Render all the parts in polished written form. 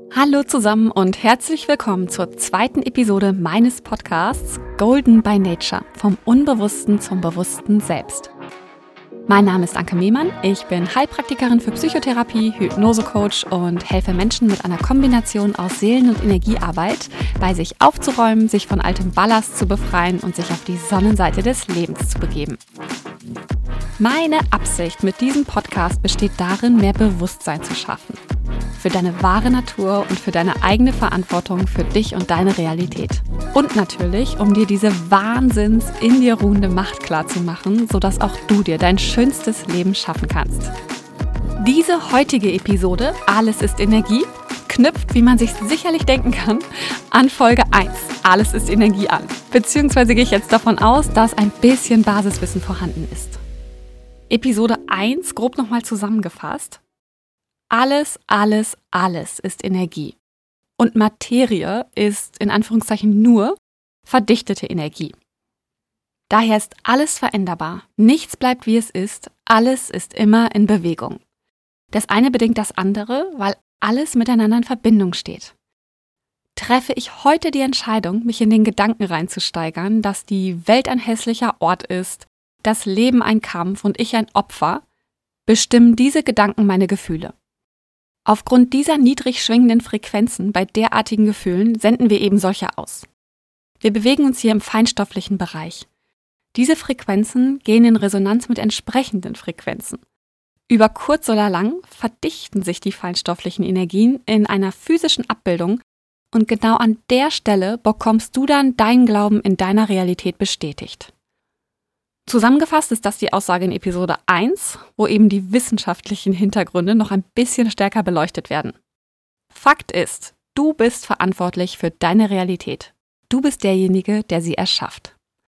Hallo zusammen und herzlich willkommen zur zweiten Episode meines Podcasts Golden by Nature, vom Unbewussten zum bewussten Selbst. Mein Name ist Anke Mehmann, ich bin Heilpraktikerin für Psychotherapie, Hypnosecoach und helfe Menschen mit einer Kombination aus Seelen- und Energiearbeit, bei sich aufzuräumen, sich von altem Ballast zu befreien und sich auf die Sonnenseite des Lebens zu begeben. Meine Absicht mit diesem Podcast besteht darin, mehr Bewusstsein zu schaffen. Für deine wahre Natur und für deine eigene Verantwortung für dich und deine Realität. Und natürlich, um dir diese wahnsinns in dir ruhende Macht klarzumachen, sodass auch du dir dein schönstes Leben schaffen kannst. Diese heutige Episode, Alles ist Energie, knüpft, wie man sich sicherlich denken kann, an Folge 1, Alles ist Energie an. Beziehungsweise gehe ich jetzt davon aus, dass ein bisschen Basiswissen vorhanden ist. Episode 1, grob nochmal zusammengefasst. Alles ist Energie. Und Materie ist in Anführungszeichen nur verdichtete Energie. Daher ist alles veränderbar, nichts bleibt wie es ist, alles ist immer in Bewegung. Das eine bedingt das andere, weil alles miteinander in Verbindung steht. Treffe ich heute die Entscheidung, mich in den Gedanken reinzusteigern, dass die Welt ein hässlicher Ort ist, das Leben ein Kampf und ich ein Opfer, bestimmen diese Gedanken meine Gefühle. Aufgrund dieser niedrig schwingenden Frequenzen bei derartigen Gefühlen senden wir eben solche aus. Wir bewegen uns hier im feinstofflichen Bereich. Diese Frequenzen gehen in Resonanz mit entsprechenden Frequenzen. Über kurz oder lang verdichten sich die feinstofflichen Energien in einer physischen Abbildung und genau an der Stelle bekommst du dann deinen Glauben in deiner Realität bestätigt. Zusammengefasst ist das die Aussage in Episode 1, wo eben die wissenschaftlichen Hintergründe noch ein bisschen stärker beleuchtet werden. Fakt ist, du bist verantwortlich für deine Realität. Du bist derjenige, der sie erschafft.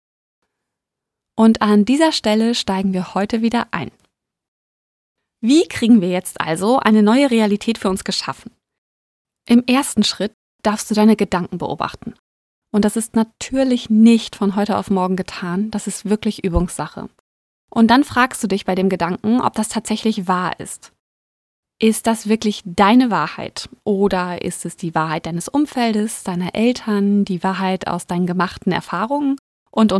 Und an dieser Stelle steigen wir heute wieder ein. Wie kriegen wir jetzt also eine neue Realität für uns geschaffen? Im ersten Schritt darfst du deine Gedanken beobachten. Und das ist natürlich nicht von heute auf morgen getan, das ist wirklich Übungssache. Und dann fragst du dich bei dem Gedanken, ob das tatsächlich wahr ist. Ist das wirklich deine Wahrheit? Oder ist es die Wahrheit deines Umfeldes, deiner Eltern, die Wahrheit aus deinen gemachten Erfahrungen und.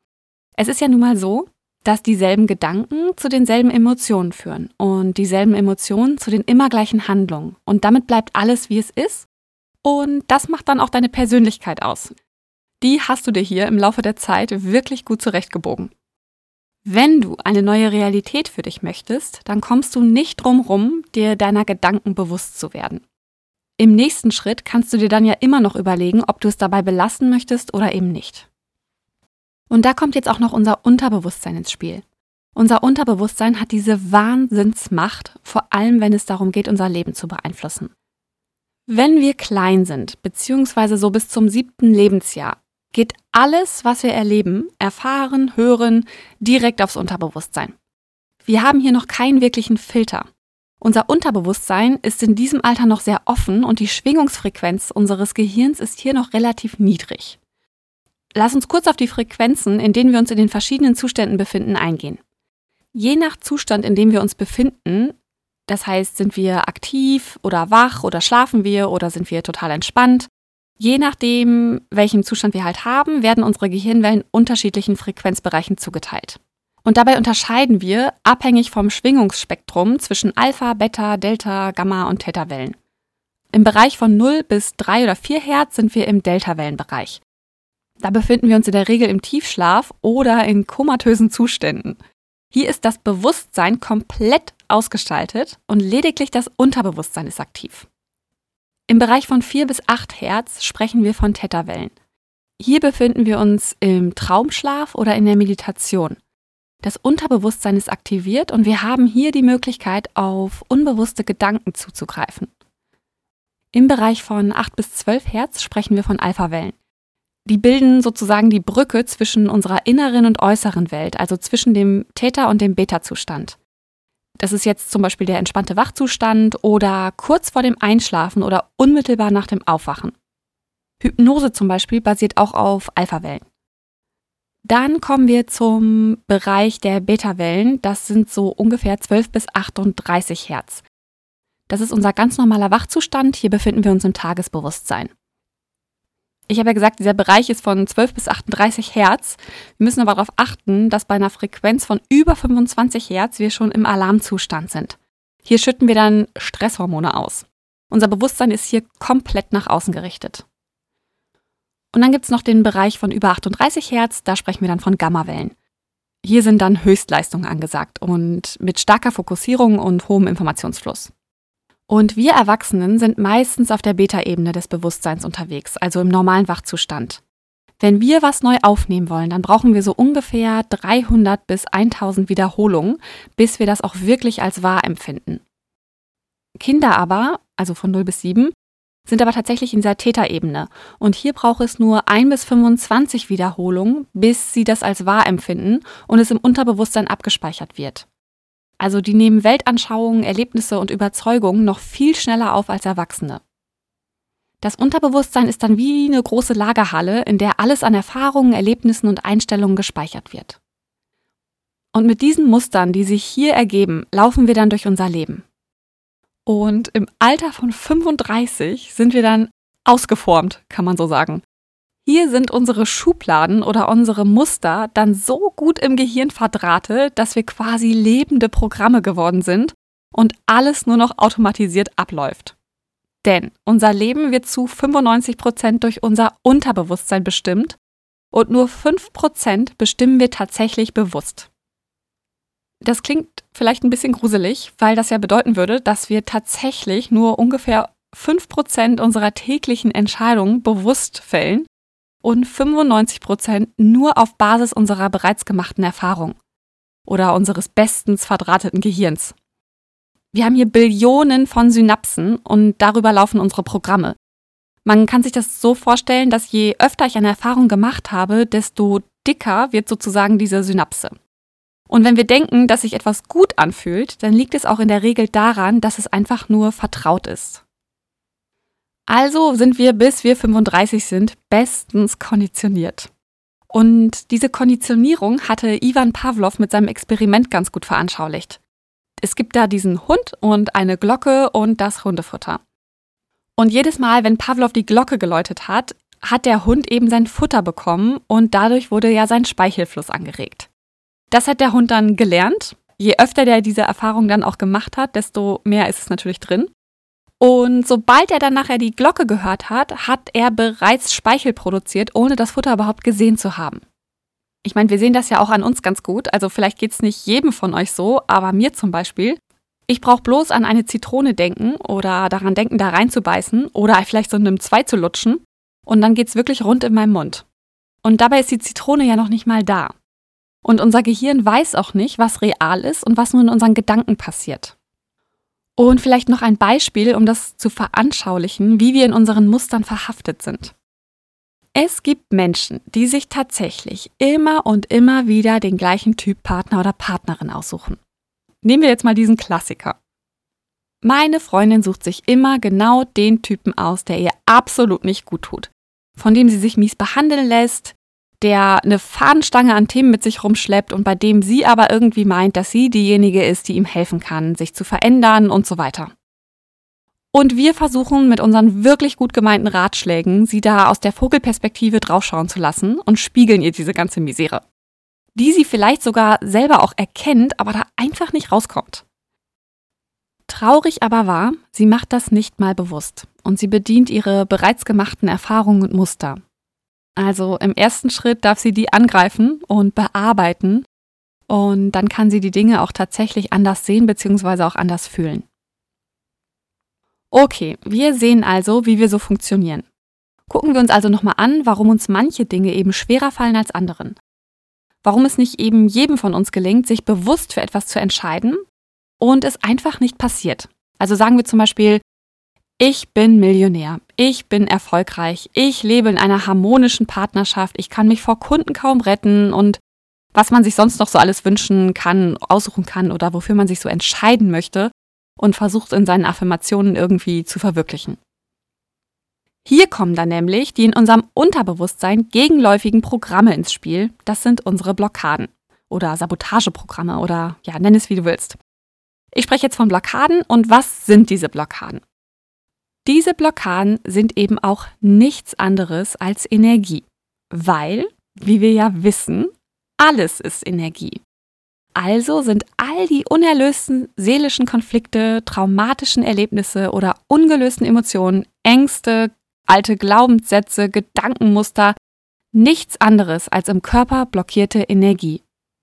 Es ist ja nun mal so, dass dieselben Gedanken zu denselben Emotionen führen und dieselben Emotionen zu den immer gleichen Handlungen. Und damit bleibt alles, wie es ist. Und das macht dann auch deine Persönlichkeit aus. Die hast du dir hier im Laufe der Zeit wirklich gut zurechtgebogen. Wenn du eine neue Realität für dich möchtest, dann kommst du nicht drum rum, dir deiner Gedanken bewusst zu werden. Im nächsten Schritt kannst du dir dann ja immer noch überlegen, ob du es dabei belassen möchtest oder eben nicht. Und da kommt jetzt auch noch unser Unterbewusstsein ins Spiel. Unser Unterbewusstsein hat diese Wahnsinnsmacht, vor allem wenn es darum geht, unser Leben zu beeinflussen. Wenn wir klein sind, beziehungsweise so bis zum 7. Lebensjahr, geht alles, was wir erleben, erfahren, hören, direkt aufs Unterbewusstsein. Wir haben hier noch keinen wirklichen Filter. Unser Unterbewusstsein ist in diesem Alter noch sehr offen und die Schwingungsfrequenz unseres Gehirns ist hier noch relativ niedrig. Lass uns kurz auf die Frequenzen, in denen wir uns in den verschiedenen Zuständen befinden, eingehen. Je nach Zustand, in dem wir uns befinden, das heißt, sind wir aktiv oder wach oder schlafen wir oder sind wir total entspannt? Je nachdem, welchen Zustand wir halt haben, werden unsere Gehirnwellen unterschiedlichen Frequenzbereichen zugeteilt. Und dabei unterscheiden wir abhängig vom Schwingungsspektrum zwischen Alpha, Beta, Delta, Gamma und Theta-Wellen. Im Bereich von 0 bis 3 oder 4 Hertz sind wir im Delta-Wellenbereich. Da befinden wir uns in der Regel im Tiefschlaf oder in komatösen Zuständen. Hier ist das Bewusstsein komplett ausgestaltet und lediglich das Unterbewusstsein ist aktiv. Im Bereich von 4 bis 8 Hertz sprechen wir von Theta-Wellen. Hier befinden wir uns im Traumschlaf oder in der Meditation. Das Unterbewusstsein ist aktiviert und wir haben hier die Möglichkeit, auf unbewusste Gedanken zuzugreifen. Im Bereich von 8 bis 12 Hertz sprechen wir von Alpha-Wellen. Die bilden sozusagen die Brücke zwischen unserer inneren und äußeren Welt, also zwischen dem Theta- und dem Beta-Zustand. Das ist jetzt zum Beispiel der entspannte Wachzustand oder kurz vor dem Einschlafen oder unmittelbar nach dem Aufwachen. Hypnose zum Beispiel basiert auch auf Alpha-Wellen. Dann kommen wir zum Bereich der Beta-Wellen. Das sind so ungefähr 12 bis 38 Hertz. Das ist unser ganz normaler Wachzustand. Hier befinden wir uns im Tagesbewusstsein. Ich habe ja gesagt, dieser Bereich ist von 12 bis 38 Hertz. Wir müssen aber darauf achten, dass bei einer Frequenz von über 25 Hertz wir schon im Alarmzustand sind. Hier schütten wir dann Stresshormone aus. Unser Bewusstsein ist hier komplett nach außen gerichtet. Und dann gibt es noch den Bereich von über 38 Hertz, da sprechen wir dann von Gammawellen. Hier sind dann Höchstleistungen angesagt und mit starker Fokussierung und hohem Informationsfluss. Und wir Erwachsenen sind meistens auf der Beta-Ebene des Bewusstseins unterwegs, also im normalen Wachzustand. Wenn wir was neu aufnehmen wollen, dann brauchen wir so ungefähr 300 bis 1000 Wiederholungen, bis wir das auch wirklich als wahr empfinden. Kinder aber, also von 0 bis 7, sind aber tatsächlich in dieser Theta-Ebene. Und hier braucht es nur 1 bis 25 Wiederholungen, bis sie das als wahr empfinden und es im Unterbewusstsein abgespeichert wird. Also die nehmen Weltanschauungen, Erlebnisse und Überzeugungen noch viel schneller auf als Erwachsene. Das Unterbewusstsein ist dann wie eine große Lagerhalle, in der alles an Erfahrungen, Erlebnissen und Einstellungen gespeichert wird. Und mit diesen Mustern, die sich hier ergeben, laufen wir dann durch unser Leben. Und im Alter von 35 sind wir dann ausgeformt, kann man so sagen. Hier sind unsere Schubladen oder unsere Muster dann so gut im Gehirn verdrahtet, dass wir quasi lebende Programme geworden sind und alles nur noch automatisiert abläuft. Denn unser Leben wird zu 95% durch unser Unterbewusstsein bestimmt und nur 5% bestimmen wir tatsächlich bewusst. Das klingt vielleicht ein bisschen gruselig, weil das ja bedeuten würde, dass wir tatsächlich nur ungefähr 5% unserer täglichen Entscheidungen bewusst fällen und 95% nur auf Basis unserer bereits gemachten Erfahrung oder unseres bestens verdrahteten Gehirns. Wir haben hier Billionen von Synapsen und darüber laufen unsere Programme. Man kann sich das so vorstellen, dass je öfter ich eine Erfahrung gemacht habe, desto dicker wird sozusagen diese Synapse. Und wenn wir denken, dass sich etwas gut anfühlt, dann liegt es auch in der Regel daran, dass es einfach nur vertraut ist. Also sind wir, bis wir 35 sind, bestens konditioniert. Und diese Konditionierung hatte Ivan Pawlow mit seinem Experiment ganz gut veranschaulicht. Es gibt da diesen Hund und eine Glocke und das Hundefutter. Und jedes Mal, wenn Pawlow die Glocke geläutet hat, hat der Hund eben sein Futter bekommen und dadurch wurde ja sein Speichelfluss angeregt. Das hat der Hund dann gelernt. Je öfter der diese Erfahrung dann auch gemacht hat, desto mehr ist es natürlich drin. Und sobald er dann nachher die Glocke gehört hat, hat er bereits Speichel produziert, ohne das Futter überhaupt gesehen zu haben. Ich meine, wir sehen das ja auch an uns ganz gut. Also vielleicht geht es nicht jedem von euch so, aber mir zum Beispiel. Ich brauche bloß an eine Zitrone denken oder daran denken, da reinzubeißen oder vielleicht so einem 2 zu lutschen. Und dann geht's wirklich rund in meinem Mund. Und dabei ist die Zitrone ja noch nicht mal da. Und unser Gehirn weiß auch nicht, was real ist und was nur in unseren Gedanken passiert. Und vielleicht noch ein Beispiel, um das zu veranschaulichen, wie wir in unseren Mustern verhaftet sind. Es gibt Menschen, die sich tatsächlich immer und immer wieder den gleichen Typ Partner oder Partnerin aussuchen. Nehmen wir jetzt mal diesen Klassiker. Meine Freundin sucht sich immer genau den Typen aus, der ihr absolut nicht gut tut, von dem sie sich mies behandeln lässt, der eine Fahnenstange an Themen mit sich rumschleppt und bei dem sie aber irgendwie meint, dass sie diejenige ist, die ihm helfen kann, sich zu verändern und so weiter. Und wir versuchen mit unseren wirklich gut gemeinten Ratschlägen, sie da aus der Vogelperspektive draufschauen zu lassen und spiegeln ihr diese ganze Misere, die sie vielleicht sogar selber auch erkennt, aber da einfach nicht rauskommt. Traurig aber wahr, sie macht das nicht mal bewusst und sie bedient ihre bereits gemachten Erfahrungen und Muster. Also im ersten Schritt darf sie die angreifen und bearbeiten und dann kann sie die Dinge auch tatsächlich anders sehen bzw. auch anders fühlen. Okay, wir sehen also, wie wir so funktionieren. Gucken wir uns also nochmal an, warum uns manche Dinge eben schwerer fallen als anderen. Warum es nicht eben jedem von uns gelingt, sich bewusst für etwas zu entscheiden und es einfach nicht passiert. Also sagen wir zum Beispiel, ich bin Millionär, ich bin erfolgreich, ich lebe in einer harmonischen Partnerschaft, ich kann mich vor Kunden kaum retten und was man sich sonst noch so alles wünschen kann, aussuchen kann oder wofür man sich so entscheiden möchte und versucht in seinen Affirmationen irgendwie zu verwirklichen. Hier kommen dann nämlich die in unserem Unterbewusstsein gegenläufigen Programme ins Spiel, das sind unsere Blockaden oder Sabotageprogramme oder ja, nenn es wie du willst. Ich spreche jetzt von Blockaden und was sind diese Blockaden? Diese Blockaden sind eben auch nichts anderes als Energie, weil, wie wir ja wissen, alles ist Energie. Also sind all die unerlösten seelischen Konflikte, traumatischen Erlebnisse oder ungelösten Emotionen, Ängste, alte Glaubenssätze, Gedankenmuster nichts anderes als im Körper blockierte Energie.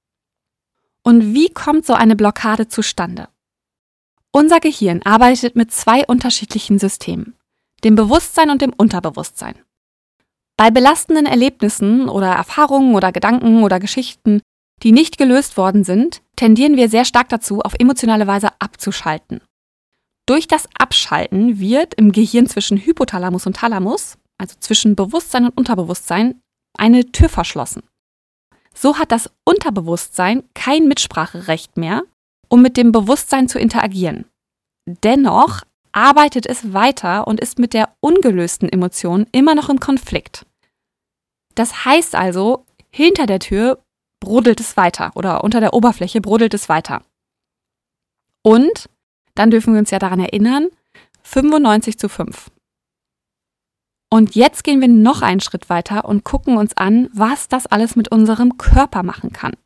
Und wie kommt so eine Blockade zustande? Unser Gehirn arbeitet mit zwei unterschiedlichen Systemen, dem Bewusstsein und dem Unterbewusstsein. Bei belastenden Erlebnissen oder Erfahrungen oder Gedanken oder Geschichten, die nicht gelöst worden sind, tendieren wir sehr stark dazu, auf emotionale Weise abzuschalten. Durch das Abschalten wird im Gehirn zwischen Hypothalamus und Thalamus, also zwischen Bewusstsein und Unterbewusstsein, eine Tür verschlossen. So hat das Unterbewusstsein kein Mitspracherecht mehr, um mit dem Bewusstsein zu interagieren. Dennoch arbeitet es weiter und ist mit der ungelösten Emotion immer noch im Konflikt. Das heißt also, hinter der Tür brodelt es weiter oder unter der Oberfläche brodelt es weiter. Und, dann dürfen wir uns ja daran erinnern, 95:5. Und jetzt gehen wir noch einen Schritt weiter und gucken uns an, was das alles mit unserem Körper machen kann.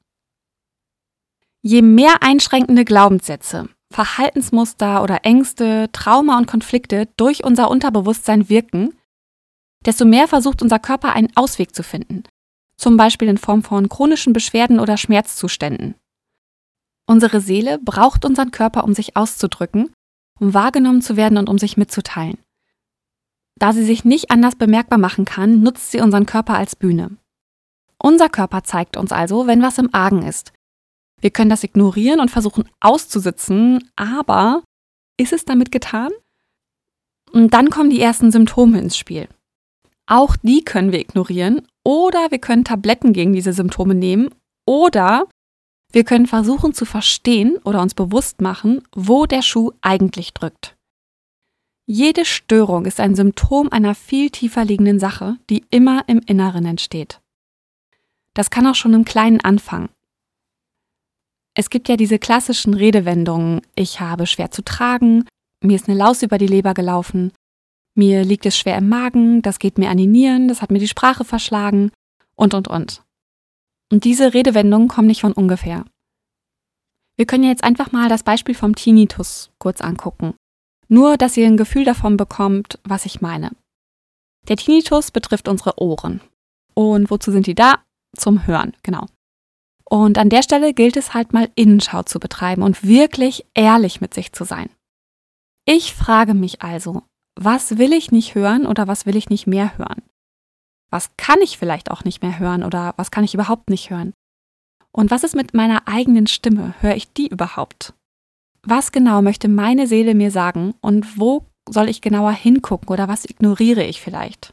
Je mehr einschränkende Glaubenssätze, Verhaltensmuster oder Ängste, Trauma und Konflikte durch unser Unterbewusstsein wirken, desto mehr versucht unser Körper einen Ausweg zu finden, zum Beispiel in Form von chronischen Beschwerden oder Schmerzzuständen. Unsere Seele braucht unseren Körper, um sich auszudrücken, um wahrgenommen zu werden und um sich mitzuteilen. Da sie sich nicht anders bemerkbar machen kann, nutzt sie unseren Körper als Bühne. Unser Körper zeigt uns also, wenn was im Argen ist. Wir können das ignorieren und versuchen auszusitzen, aber ist es damit getan? Und dann kommen die ersten Symptome ins Spiel. Auch die können wir ignorieren oder wir können Tabletten gegen diese Symptome nehmen oder wir können versuchen zu verstehen oder uns bewusst machen, wo der Schuh eigentlich drückt. Jede Störung ist ein Symptom einer viel tiefer liegenden Sache, die immer im Inneren entsteht. Das kann auch schon im Kleinen anfangen. Es gibt ja diese klassischen Redewendungen, ich habe schwer zu tragen, mir ist eine Laus über die Leber gelaufen, mir liegt es schwer im Magen, das geht mir an die Nieren, das hat mir die Sprache verschlagen und. Und diese Redewendungen kommen nicht von ungefähr. Wir können ja jetzt einfach mal das Beispiel vom Tinnitus kurz angucken. Nur, dass ihr ein Gefühl davon bekommt, was ich meine. Der Tinnitus betrifft unsere Ohren. Und wozu sind die da? Zum Hören, genau. Und an der Stelle gilt es halt mal Innenschau zu betreiben und wirklich ehrlich mit sich zu sein. Ich frage mich also, was will ich nicht hören oder was will ich nicht mehr hören? Was kann ich vielleicht auch nicht mehr hören oder was kann ich überhaupt nicht hören? Und was ist mit meiner eigenen Stimme? Höre ich die überhaupt? Was genau möchte meine Seele mir sagen und wo soll ich genauer hingucken oder was ignoriere ich vielleicht?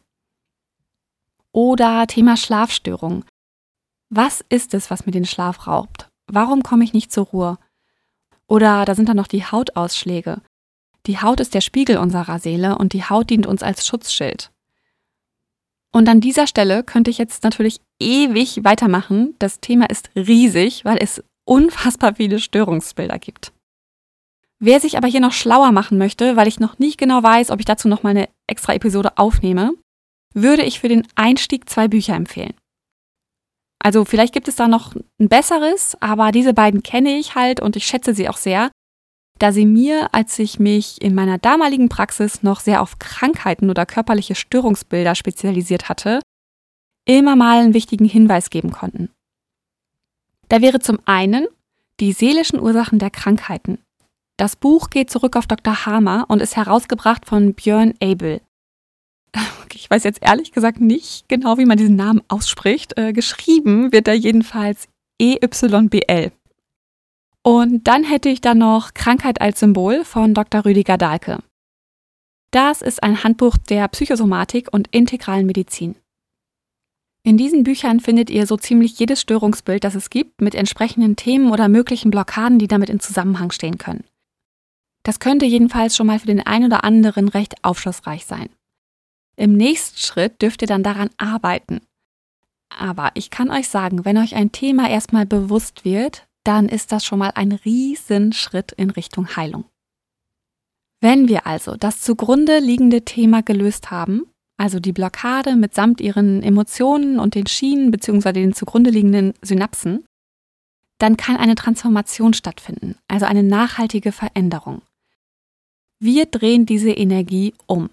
Oder Thema Schlafstörung. Was ist es, was mir den Schlaf raubt? Warum komme ich nicht zur Ruhe? Oder da sind dann noch die Hautausschläge. Die Haut ist der Spiegel unserer Seele und die Haut dient uns als Schutzschild. Und an dieser Stelle könnte ich jetzt natürlich ewig weitermachen. Das Thema ist riesig, weil es unfassbar viele Störungsbilder gibt. Wer sich aber hier noch schlauer machen möchte, weil ich noch nicht genau weiß, ob ich dazu noch mal eine extra Episode aufnehme, würde ich für den Einstieg 2 Bücher empfehlen. Also vielleicht gibt es da noch ein besseres, aber diese beiden kenne ich halt und ich schätze sie auch sehr, da sie mir, als ich mich in meiner damaligen Praxis noch sehr auf Krankheiten oder körperliche Störungsbilder spezialisiert hatte, immer mal einen wichtigen Hinweis geben konnten. Da wäre zum einen die seelischen Ursachen der Krankheiten. Das Buch geht zurück auf Dr. Hamer und ist herausgebracht von Björn Abel. Ich weiß jetzt ehrlich gesagt nicht genau, wie man diesen Namen ausspricht. Geschrieben wird er jedenfalls EYBL. Und dann hätte ich da noch Krankheit als Symbol von Dr. Rüdiger Dahlke. Das ist ein Handbuch der Psychosomatik und integralen Medizin. In diesen Büchern findet ihr so ziemlich jedes Störungsbild, das es gibt, mit entsprechenden Themen oder möglichen Blockaden, die damit in Zusammenhang stehen können. Das könnte jedenfalls schon mal für den einen oder anderen recht aufschlussreich sein. Im nächsten Schritt dürft ihr dann daran arbeiten. Aber ich kann euch sagen, wenn euch ein Thema erstmal bewusst wird, dann ist das schon mal ein Riesenschritt in Richtung Heilung. Wenn wir also das zugrunde liegende Thema gelöst haben, also die Blockade mitsamt ihren Emotionen und den Schienen bzw. den zugrunde liegenden Synapsen, dann kann eine Transformation stattfinden, also eine nachhaltige Veränderung. Wir drehen diese Energie um.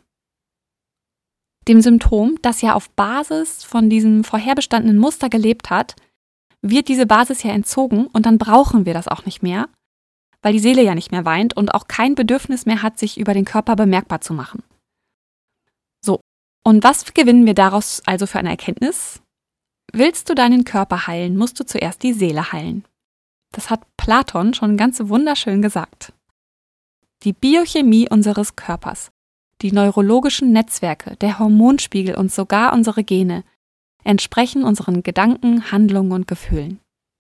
Dem Symptom, das ja auf Basis von diesem vorherbestandenen Muster gelebt hat, wird diese Basis ja entzogen und dann brauchen wir das auch nicht mehr, weil die Seele ja nicht mehr weint und auch kein Bedürfnis mehr hat, sich über den Körper bemerkbar zu machen. So, und was gewinnen wir daraus also für eine Erkenntnis? Willst du deinen Körper heilen, musst du zuerst die Seele heilen. Das hat Platon schon ganz wunderschön gesagt. Die Biochemie unseres Körpers, die neurologischen Netzwerke, der Hormonspiegel und sogar unsere Gene entsprechen unseren Gedanken, Handlungen und Gefühlen.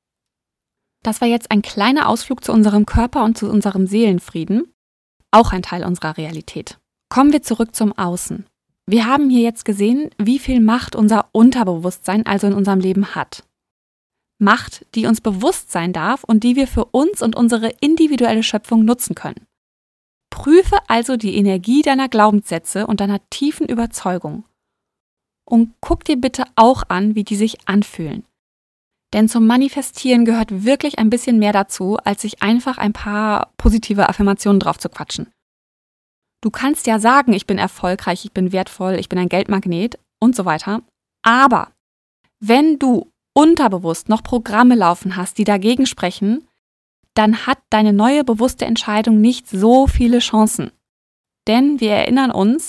Das war jetzt ein kleiner Ausflug zu unserem Körper und zu unserem Seelenfrieden, auch ein Teil unserer Realität. Kommen wir zurück zum Außen. Wir haben hier jetzt gesehen, wie viel Macht unser Unterbewusstsein also in unserem Leben hat. Macht, die uns bewusst sein darf und die wir für uns und unsere individuelle Schöpfung nutzen können. Prüfe also die Energie deiner Glaubenssätze und deiner tiefen Überzeugung. Und guck dir bitte auch an, wie die sich anfühlen. Denn zum Manifestieren gehört wirklich ein bisschen mehr dazu, als sich einfach ein paar positive Affirmationen drauf zu quatschen. Du kannst ja sagen, ich bin erfolgreich, ich bin wertvoll, ich bin ein Geldmagnet und so weiter. Aber wenn du unterbewusst noch Programme laufen hast, die dagegen sprechen, dann hat deine neue bewusste Entscheidung nicht so viele Chancen. Denn wir erinnern uns,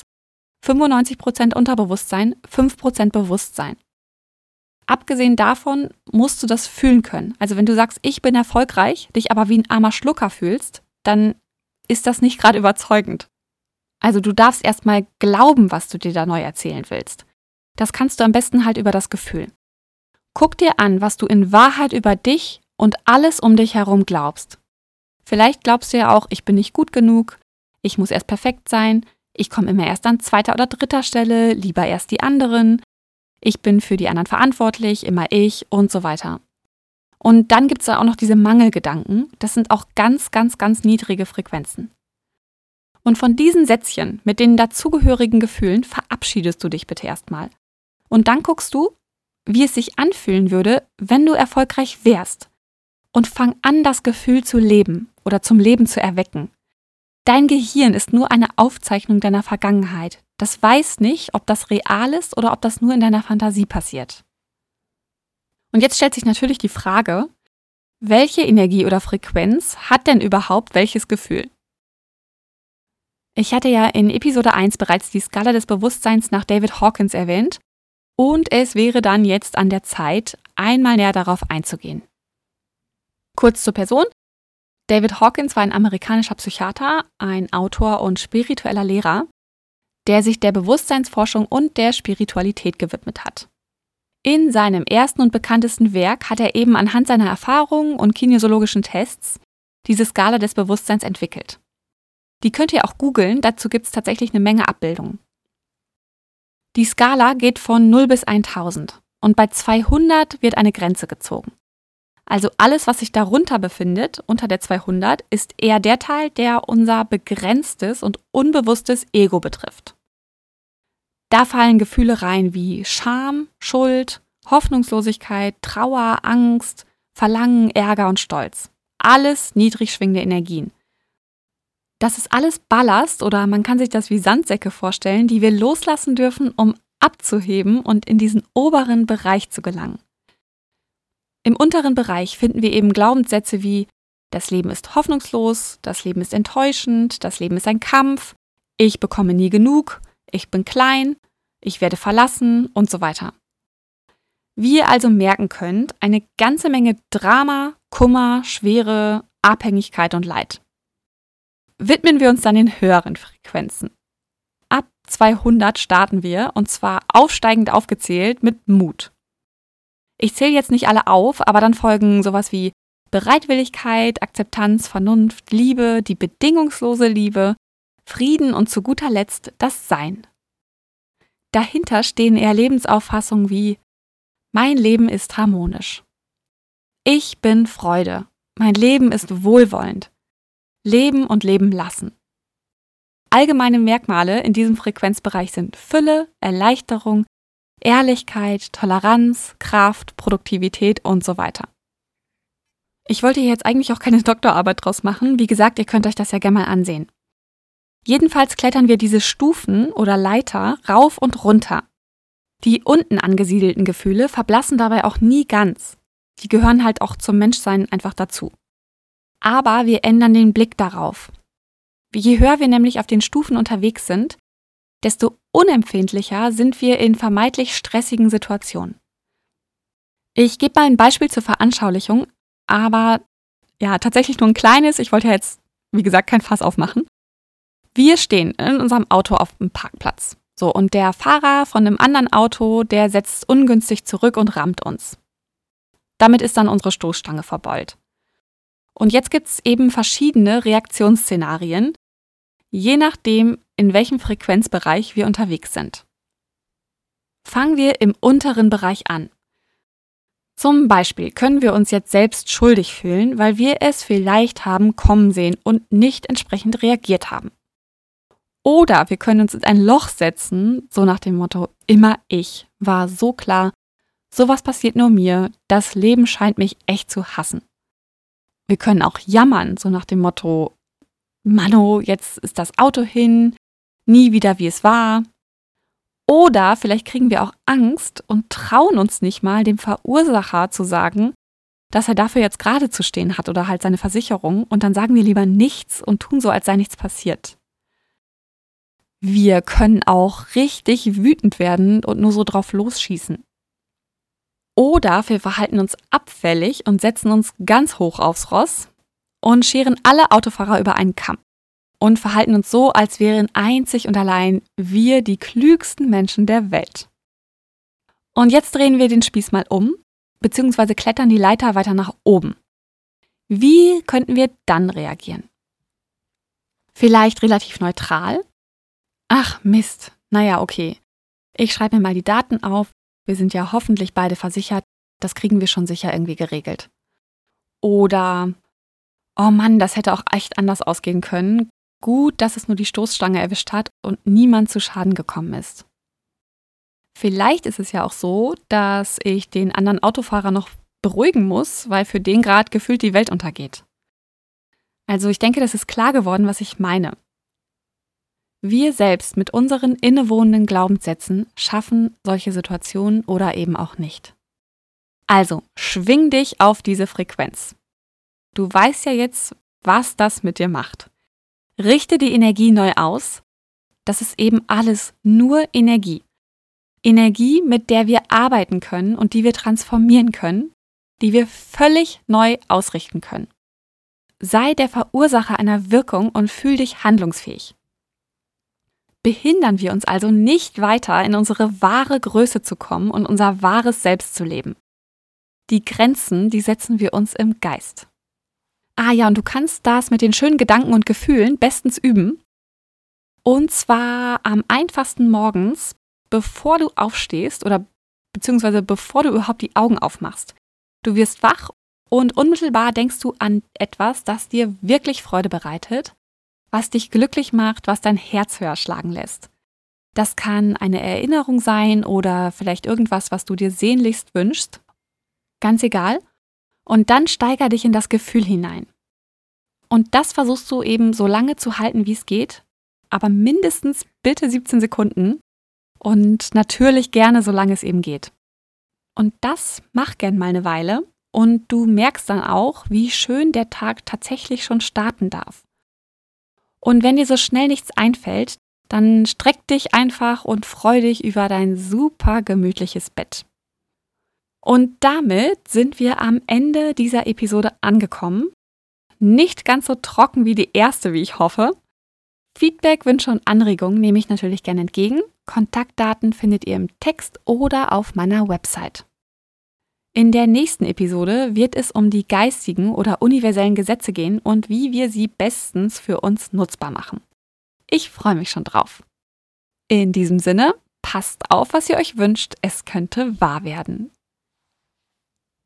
95% Unterbewusstsein, 5% Bewusstsein. Abgesehen davon musst du das fühlen können. Also wenn du sagst, ich bin erfolgreich, dich aber wie ein armer Schlucker fühlst, dann ist das nicht gerade überzeugend. Also du darfst erstmal glauben, was du dir da neu erzählen willst. Das kannst du am besten halt über das Gefühl. Guck dir an, was du in Wahrheit über dich und alles um dich herum glaubst. Vielleicht glaubst du ja auch, ich bin nicht gut genug, ich muss erst perfekt sein, ich komme immer erst an 2. oder 3. Stelle, lieber erst die anderen, ich bin für die anderen verantwortlich, immer ich und so weiter. Und dann gibt es da auch noch diese Mangelgedanken, das sind auch ganz, ganz, ganz niedrige Frequenzen. Und von diesen Sätzchen mit den dazugehörigen Gefühlen verabschiedest du dich bitte erstmal. Und dann guckst du, wie es sich anfühlen würde, wenn du erfolgreich wärst. Und fang an, das Gefühl zu leben oder zum Leben zu erwecken. Dein Gehirn ist nur eine Aufzeichnung deiner Vergangenheit. Das weiß nicht, ob das real ist oder ob das nur in deiner Fantasie passiert. Und jetzt stellt sich natürlich die Frage, welche Energie oder Frequenz hat denn überhaupt welches Gefühl? Ich hatte ja in Episode 1 bereits die Skala des Bewusstseins nach David Hawkins erwähnt und es wäre dann jetzt an der Zeit, einmal näher darauf einzugehen. Kurz zur Person. David Hawkins war ein amerikanischer Psychiater, ein Autor und spiritueller Lehrer, der sich der Bewusstseinsforschung und der Spiritualität gewidmet hat. In seinem ersten und bekanntesten Werk hat er eben anhand seiner Erfahrungen und kinesiologischen Tests diese Skala des Bewusstseins entwickelt. Die könnt ihr auch googeln, dazu gibt es tatsächlich eine Menge Abbildungen. Die Skala geht von 0 bis 1000 und bei 200 wird eine Grenze gezogen. Also alles, was sich darunter befindet, unter der 200, ist eher der Teil, der unser begrenztes und unbewusstes Ego betrifft. Da fallen Gefühle rein wie Scham, Schuld, Hoffnungslosigkeit, Trauer, Angst, Verlangen, Ärger und Stolz. Alles niedrig schwingende Energien. Das ist alles Ballast oder man kann sich das wie Sandsäcke vorstellen, die wir loslassen dürfen, um abzuheben und in diesen oberen Bereich zu gelangen. Im unteren Bereich finden wir eben Glaubenssätze wie das Leben ist hoffnungslos, das Leben ist enttäuschend, das Leben ist ein Kampf, ich bekomme nie genug, ich bin klein, ich werde verlassen und so weiter. Wie ihr also merken könnt, eine ganze Menge Drama, Kummer, Schwere, Abhängigkeit und Leid. Widmen wir uns dann den höheren Frequenzen. Ab 200 starten wir, und zwar aufsteigend aufgezählt mit Mut. Ich zähle jetzt nicht alle auf, aber dann folgen sowas wie Bereitwilligkeit, Akzeptanz, Vernunft, Liebe, die bedingungslose Liebe, Frieden und zu guter Letzt das Sein. Dahinter stehen eher Lebensauffassungen wie mein Leben ist harmonisch. Ich bin Freude. Mein Leben ist wohlwollend. Leben und leben lassen. Allgemeine Merkmale in diesem Frequenzbereich sind Fülle, Erleichterung, Ehrlichkeit, Toleranz, Kraft, Produktivität und so weiter. Ich wollte hier jetzt eigentlich auch keine Doktorarbeit draus machen. Wie gesagt, ihr könnt euch das ja gerne mal ansehen. Jedenfalls klettern wir diese Stufen oder Leiter rauf und runter. Die unten angesiedelten Gefühle verblassen dabei auch nie ganz. Die gehören halt auch zum Menschsein einfach dazu. Aber wir ändern den Blick darauf. Je höher wir nämlich auf den Stufen unterwegs sind, desto unempfindlicher sind wir in vermeintlich stressigen Situationen. Ich gebe mal ein Beispiel zur Veranschaulichung, aber ja, tatsächlich nur ein kleines. Ich wollte ja jetzt, wie gesagt, kein Fass aufmachen. Wir stehen in unserem Auto auf dem Parkplatz. So, und der Fahrer von einem anderen Auto, der setzt ungünstig zurück und rammt uns. Damit ist dann unsere Stoßstange verbeult. Und jetzt gibt es eben verschiedene Reaktionsszenarien, je nachdem, in welchem Frequenzbereich wir unterwegs sind. Fangen wir im unteren Bereich an. Zum Beispiel können wir uns jetzt selbst schuldig fühlen, weil wir es vielleicht haben kommen sehen und nicht entsprechend reagiert haben. Oder wir können uns in ein Loch setzen, so nach dem Motto, immer ich, war so klar, sowas passiert nur mir, das Leben scheint mich echt zu hassen. Wir können auch jammern, so nach dem Motto, Manno, jetzt ist das Auto hin, nie wieder wie es war. Oder vielleicht kriegen wir auch Angst und trauen uns nicht mal, dem Verursacher zu sagen, dass er dafür jetzt gerade zu stehen hat oder halt seine Versicherung, und dann sagen wir lieber nichts und tun so, als sei nichts passiert. Wir können auch richtig wütend werden und nur so drauf losschießen. Oder wir verhalten uns abfällig und setzen uns ganz hoch aufs Ross und scheren alle Autofahrer über einen Kamm und verhalten uns so, als wären einzig und allein wir die klügsten Menschen der Welt. Und jetzt drehen wir den Spieß mal um, beziehungsweise klettern die Leiter weiter nach oben. Wie könnten wir dann reagieren? Vielleicht relativ neutral? Ach Mist, naja, okay. Ich schreibe mir mal die Daten auf. Wir sind ja hoffentlich beide versichert. Das kriegen wir schon sicher irgendwie geregelt. Oder, oh Mann, das hätte auch echt anders ausgehen können. Gut, dass es nur die Stoßstange erwischt hat und niemand zu Schaden gekommen ist. Vielleicht ist es ja auch so, dass ich den anderen Autofahrer noch beruhigen muss, weil für den gerade gefühlt die Welt untergeht. Also ich denke, das ist klar geworden, was ich meine. Wir selbst mit unseren innewohnenden Glaubenssätzen schaffen solche Situationen oder eben auch nicht. Also, schwing dich auf diese Frequenz. Du weißt ja jetzt, was das mit dir macht. Richte die Energie neu aus. Das ist eben alles nur Energie. Energie, mit der wir arbeiten können und die wir transformieren können, die wir völlig neu ausrichten können. Sei der Verursacher einer Wirkung und fühl dich handlungsfähig. Behindern wir uns also nicht weiter, in unsere wahre Größe zu kommen und unser wahres Selbst zu leben. Die Grenzen, die setzen wir uns im Geist. Ah ja, und du kannst das mit den schönen Gedanken und Gefühlen bestens üben. Und zwar am einfachsten morgens, bevor du aufstehst oder beziehungsweise bevor du überhaupt die Augen aufmachst. Du wirst wach und unmittelbar denkst du an etwas, das dir wirklich Freude bereitet, was dich glücklich macht, was dein Herz höher schlagen lässt. Das kann eine Erinnerung sein oder vielleicht irgendwas, was du dir sehnlichst wünschst. Ganz egal. Und dann steiger dich in das Gefühl hinein. Und das versuchst du eben so lange zu halten, wie es geht, aber mindestens bitte 17 Sekunden und natürlich gerne, solange es eben geht. Und das mach gern mal eine Weile und du merkst dann auch, wie schön der Tag tatsächlich schon starten darf. Und wenn dir so schnell nichts einfällt, dann streck dich einfach und freu dich über dein super gemütliches Bett. Und damit sind wir am Ende dieser Episode angekommen. Nicht ganz so trocken wie die erste, wie ich hoffe. Feedback, Wünsche und Anregungen nehme ich natürlich gerne entgegen. Kontaktdaten findet ihr im Text oder auf meiner Website. In der nächsten Episode wird es um die geistigen oder universellen Gesetze gehen und wie wir sie bestens für uns nutzbar machen. Ich freue mich schon drauf. In diesem Sinne, passt auf, was ihr euch wünscht, es könnte wahr werden.